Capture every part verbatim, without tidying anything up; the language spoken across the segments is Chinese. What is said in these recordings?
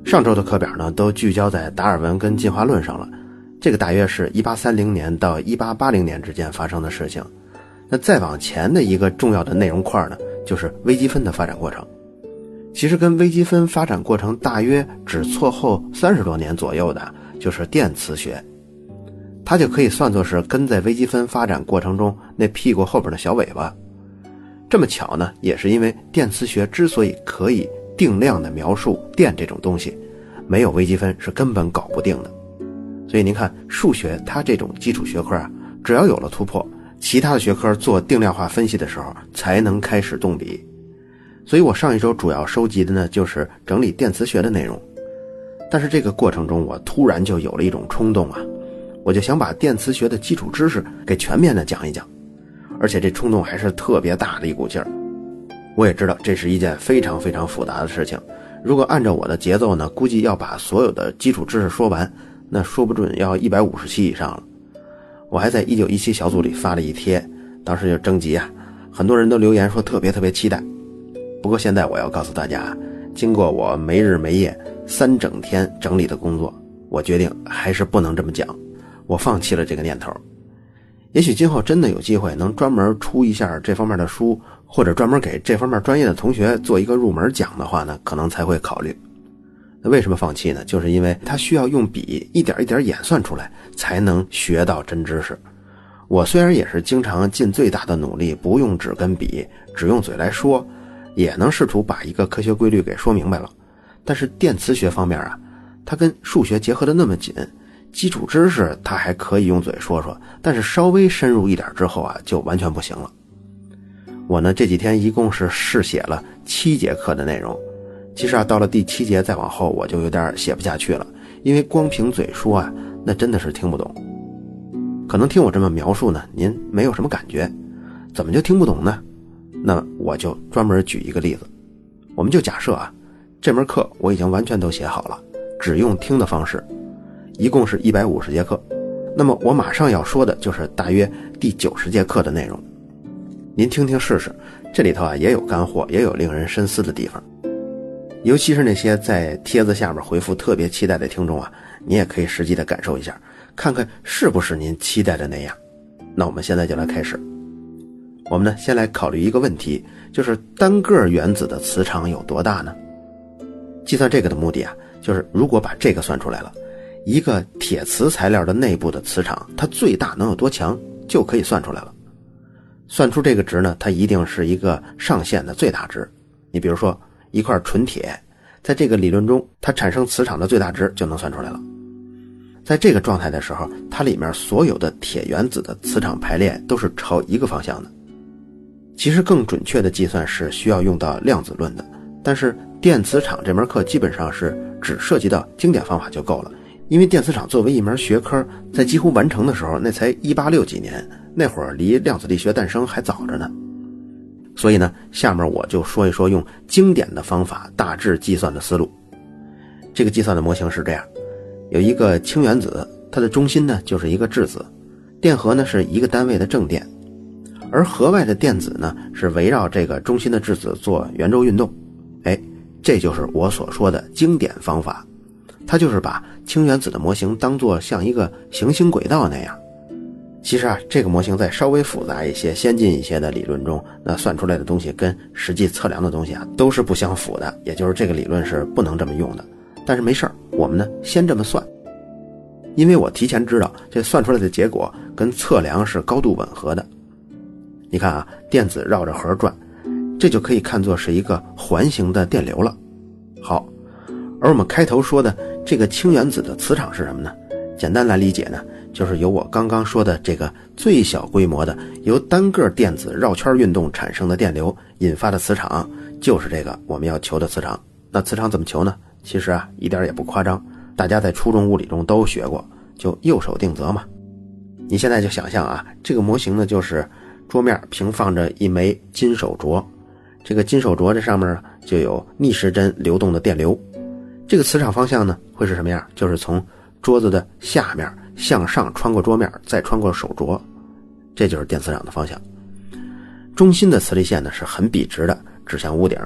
上周的课表呢，都聚焦在达尔文跟进化论上了，这个大约是一八三零年到一八八零年之间发生的事情。那再往前的一个重要的内容块呢，就是微积分的发展过程。其实跟微积分发展过程大约只错后三十多年左右的，就是电磁学。它就可以算作是跟在微积分发展过程中那屁股后边的小尾巴。这么巧呢，也是因为电磁学之所以可以定量的描述电这种东西，没有微积分是根本搞不定的。所以您看，数学它这种基础学科啊，只要有了突破，其他的学科做定量化分析的时候才能开始动笔。所以我上一周主要收集的呢，就是整理电磁学的内容。但是这个过程中，我突然就有了一种冲动啊，我就想把电磁学的基础知识给全面的讲一讲，而且这冲动还是特别大的一股劲儿。我也知道这是一件非常非常复杂的事情，如果按照我的节奏呢，估计要把所有的基础知识说完，那说不准要一百五十期以上了。我还在一九一七小组里发了一贴，当时就征集啊，很多人都留言说特别特别期待。不过现在我要告诉大家，经过我没日没夜三整天整理的工作，我决定还是不能这么讲，我放弃了这个念头。也许今后真的有机会能专门出一下这方面的书，或者专门给这方面专业的同学做一个入门讲的话呢，可能才会考虑。那为什么放弃呢？就是因为它需要用笔一点一点演算出来，才能学到真知识。我虽然也是经常尽最大的努力，不用纸跟笔，只用嘴来说，也能试图把一个科学规律给说明白了。但是电磁学方面啊，它跟数学结合的那么紧，基础知识它还可以用嘴说说，但是稍微深入一点之后啊，就完全不行了。我呢这几天一共是试写了七节课的内容，其实啊到了第七节再往后我就有点写不下去了，因为光凭嘴说啊，那真的是听不懂。可能听我这么描述呢，您没有什么感觉，怎么就听不懂呢？那我就专门举一个例子，我们就假设啊，这门课我已经完全都写好了，只用听的方式，一共是一百五十节课。那么我马上要说的就是大约第九十节课的内容。您听听试试，这里头啊也有干货，也有令人深思的地方。尤其是那些在帖子下面回复特别期待的听众啊，你也可以实际的感受一下，看看是不是您期待的那样。那我们现在就来开始。我们呢先来考虑一个问题，就是单个原子的磁场有多大呢？计算这个的目的啊，就是如果把这个算出来了，一个铁磁材料的内部的磁场它最大能有多强，就可以算出来了。算出这个值呢，它一定是一个上限的最大值。你比如说一块纯铁，在这个理论中它产生磁场的最大值就能算出来了。在这个状态的时候，它里面所有的铁原子的磁场排列都是朝一个方向的。其实更准确的计算是需要用到量子论的，但是电磁场这门课基本上是只涉及到经典方法就够了。因为电磁场作为一门学科，在几乎完成的时候那才一八六几年，那会儿离量子力学诞生还早着呢。所以呢，下面我就说一说用经典的方法大致计算的思路。这个计算的模型是这样，有一个氢原子，它的中心呢就是一个质子，电荷呢是一个单位的正电，而核外的电子呢是围绕这个中心的质子做圆周运动。哎，这就是我所说的经典方法，它就是把氢原子的模型当作像一个行星轨道那样。其实啊，这个模型在稍微复杂一些、先进一些的理论中，那算出来的东西跟实际测量的东西啊都是不相符的，也就是这个理论是不能这么用的。但是没事儿，我们呢先这么算，因为我提前知道这算出来的结果跟测量是高度吻合的。你看啊，电子绕着核转，这就可以看作是一个环形的电流了。好，而我们开头说的这个氢原子的磁场是什么呢？简单来理解呢，就是由我刚刚说的这个最小规模的由单个电子绕圈运动产生的电流引发的磁场，就是这个我们要求的磁场。那磁场怎么求呢？其实啊，一点也不夸张，大家在初中物理中都学过，就右手定则嘛。你现在就想象啊，这个模型呢就是桌面平放着一枚金手镯，这个金手镯这上面就有逆时针流动的电流，这个磁场方向呢会是什么样？就是从桌子的下面向上穿过桌面，再穿过手镯，这就是电磁场的方向。中心的磁力线呢是很笔直的，指向屋顶，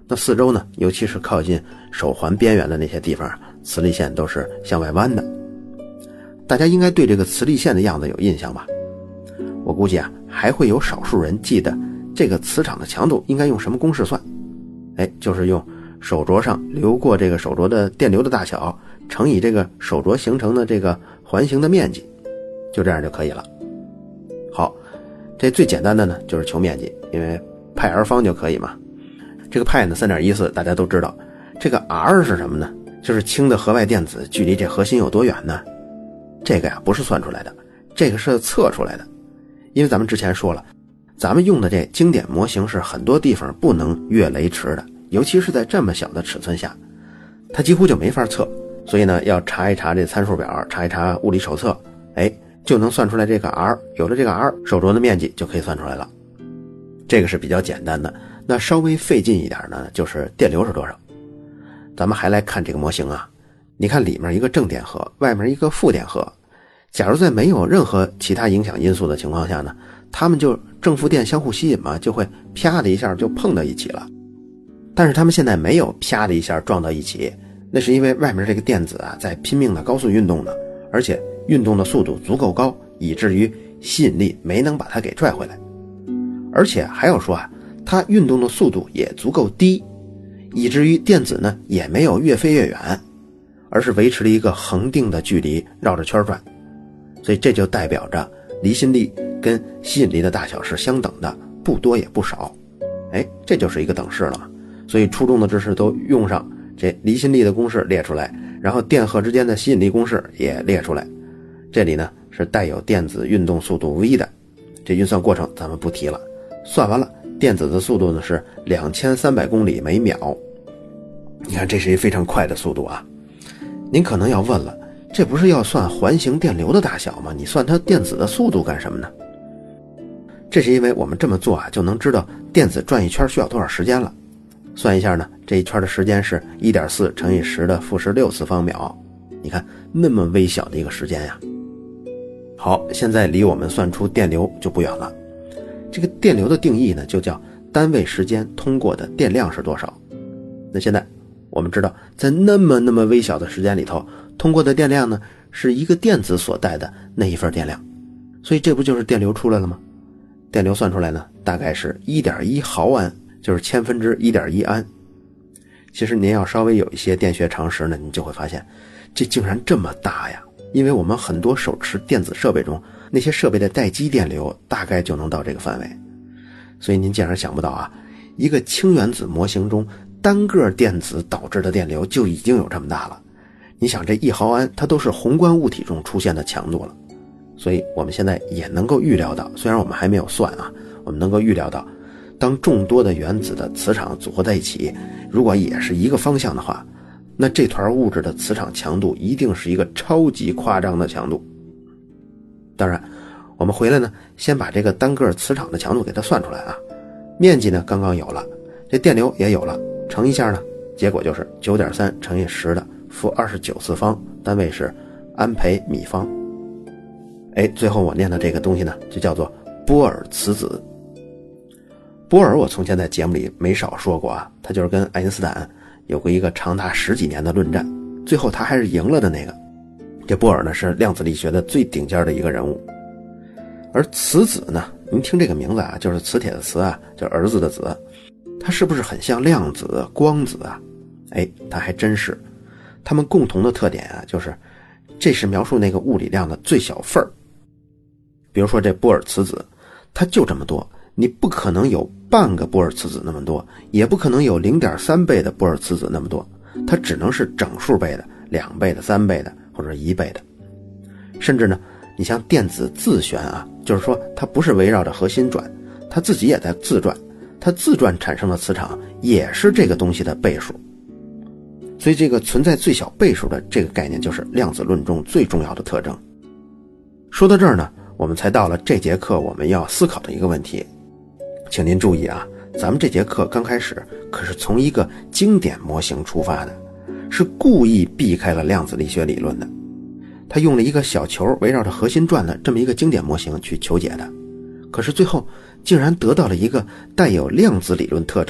那四周呢，尤其是靠近手环边缘的那些地方，磁力线都是向外弯的。大家应该对这个磁力线的样子有印象吧？我估计啊，还会有少数人记得这个磁场的强度应该用什么公式算。哎，就是用手镯上流过这个手镯的电流的大小乘以这个手镯形成的这个环形的面积，就这样就可以了。好，这最简单的呢就是求面积，因为派 r 方就可以嘛。这个派呢 三点一四 大家都知道，这个 r 是什么呢？就是氢的核外电子距离这核心有多远呢？这个呀不是算出来的，这个是测出来的。因为咱们之前说了，咱们用的这经典模型是很多地方不能越雷池的，尤其是在这么小的尺寸下，它几乎就没法测。所以呢，要查一查这参数表，查一查物理手册，哎，就能算出来这个 r。有了这个 r， 手镯的面积就可以算出来了。这个是比较简单的。那稍微费劲一点呢，就是电流是多少。咱们还来看这个模型啊，你看里面一个正电荷，外面一个负电荷。假如在没有任何其他影响因素的情况下呢，它们就正负电相互吸引嘛，就会啪的一下就碰到一起了。但是它们现在没有啪的一下撞到一起，那是因为外面这个电子啊在拼命的高速运动呢，而且运动的速度足够高，以至于吸引力没能把它给拽回来。而且还要说啊，它运动的速度也足够低，以至于电子呢也没有越飞越远，而是维持了一个恒定的距离绕着圈转。所以这就代表着离心力跟吸引力的大小是相等的，不多也不少。哎，这就是一个等式了嘛。所以初中的知识都用上，这离心力的公式列出来，然后电荷之间的吸引力公式也列出来。这里呢是带有电子运动速度 v 的，这运算过程咱们不提了。算完了，电子的速度呢是两千三百公里每秒。你看这是一非常快的速度啊。您可能要问了，这不是要算环形电流的大小吗？你算它电子的速度干什么呢？这是因为我们这么做啊，就能知道电子转一圈需要多少时间了。算一下呢，这一圈的时间是 一点四 乘以十的负十六次方秒。你看那么微小的一个时间呀。好，现在离我们算出电流就不远了。这个电流的定义呢，就叫单位时间通过的电量是多少。那现在我们知道，在那么那么微小的时间里头，通过的电量呢，是一个电子所带的那一份电量。所以这不就是电流出来了吗？电流算出来呢，大概是 一点一毫安，就是千分之 一点一安。其实您要稍微有一些电学常识呢，你就会发现这竟然这么大呀。因为我们很多手持电子设备中，那些设备的待机电流大概就能到这个范围。所以您竟然想不到啊，一个氢原子模型中单个电子导致的电流就已经有这么大了。你想这一毫安它都是宏观物体中出现的强度了。所以我们现在也能够预料到，虽然我们还没有算啊，我们能够预料到，当众多的原子的磁场组合在一起，如果也是一个方向的话，那这团物质的磁场强度一定是一个超级夸张的强度。当然我们回来呢，先把这个单个磁场的强度给它算出来啊。面积呢刚刚有了，这电流也有了，乘一下呢，结果就是 九点三 乘以十的负二十九次方，单位是安培米方。哎，最后我念的这个东西呢，就叫做波尔磁子。波尔我从前在节目里没少说过啊，他就是跟爱因斯坦有过一个长达十几年的论战，最后他还是赢了的那个。这波尔呢是量子力学的最顶尖的一个人物。而磁子呢，您听这个名字啊，就是磁铁的磁啊，就是儿子的子，它是不是很像量子、光子啊？哎，它还真是。它们共同的特点啊，就是这是描述那个物理量的最小份儿。比如说这波尔磁子，它就这么多，你不可能有半个波尔磁子那么多，也不可能有 零点三 倍的波尔磁子那么多，它只能是整数倍的、两倍的、三倍的或者一倍的。甚至呢，你像电子自旋啊，就是说它不是围绕着核心转，它自己也在自转，它自转产生的磁场也是这个东西的倍数。所以这个存在最小倍数的这个概念，就是量子论中最重要的特征。说到这儿呢，我们才到了这节课我们要思考的一个问题。请您注意啊，咱们这节课刚开始可是从一个经典模型出发的，是故意避开了量子力学理论的。他用了一个小球围绕着核心转的这么一个经典模型去求解的，可是最后竟然得到了一个带有量子理论特征的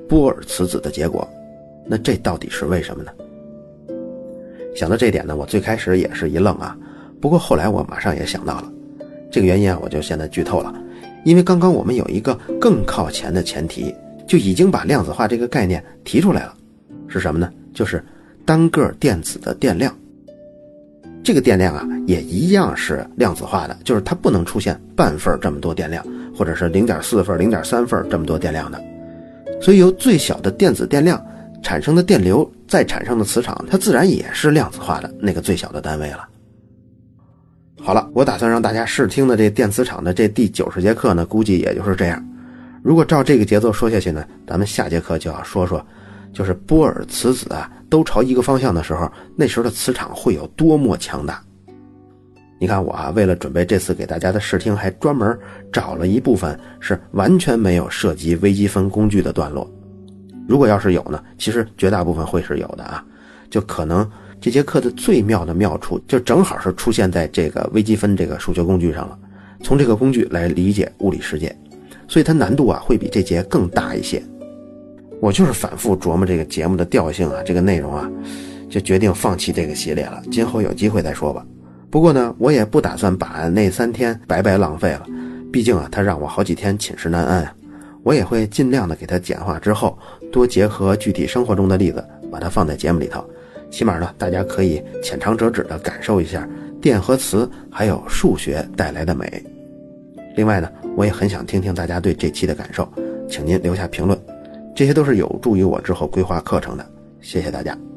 波尔磁子的结果。那这到底是为什么呢？想到这点呢，我最开始也是一愣啊，不过后来我马上也想到了，这个原因啊，我就现在剧透了。因为刚刚我们有一个更靠前的前提，就已经把量子化这个概念提出来了，是什么呢？就是单个电子的电量。这个电量啊，也一样是量子化的，就是它不能出现半份这么多电量，或者是 零点四 份、零点三 份这么多电量的。所以由最小的电子电量产生的电流再产生的磁场，它自然也是量子化的那个最小的单位了。好了，我打算让大家试听的这电磁场的这第九十节课呢，估计也就是这样。如果照这个节奏说下去呢，咱们下节课就要说说，就是波尔磁子啊都朝一个方向的时候，那时候的磁场会有多么强大。你看我啊，为了准备这次给大家的试听，还专门找了一部分是完全没有涉及微积分工具的段落。如果要是有呢，其实绝大部分会是有的啊，就可能这节课的最妙的妙处就正好是出现在这个微积分这个数学工具上了，从这个工具来理解物理世界，所以它难度啊会比这节更大一些。我就是反复琢磨这个节目的调性啊，这个内容啊，就决定放弃这个系列了，今后有机会再说吧。不过呢，我也不打算把那三天白白浪费了，毕竟啊，它让我好几天寝食难安啊。我也会尽量的给它简化之后，多结合具体生活中的例子，把它放在节目里头。起码呢，大家可以浅尝辄止的感受一下电和磁还有数学带来的美。另外呢，我也很想听听大家对这期的感受，请您留下评论，这些都是有助于我之后规划课程的。谢谢大家。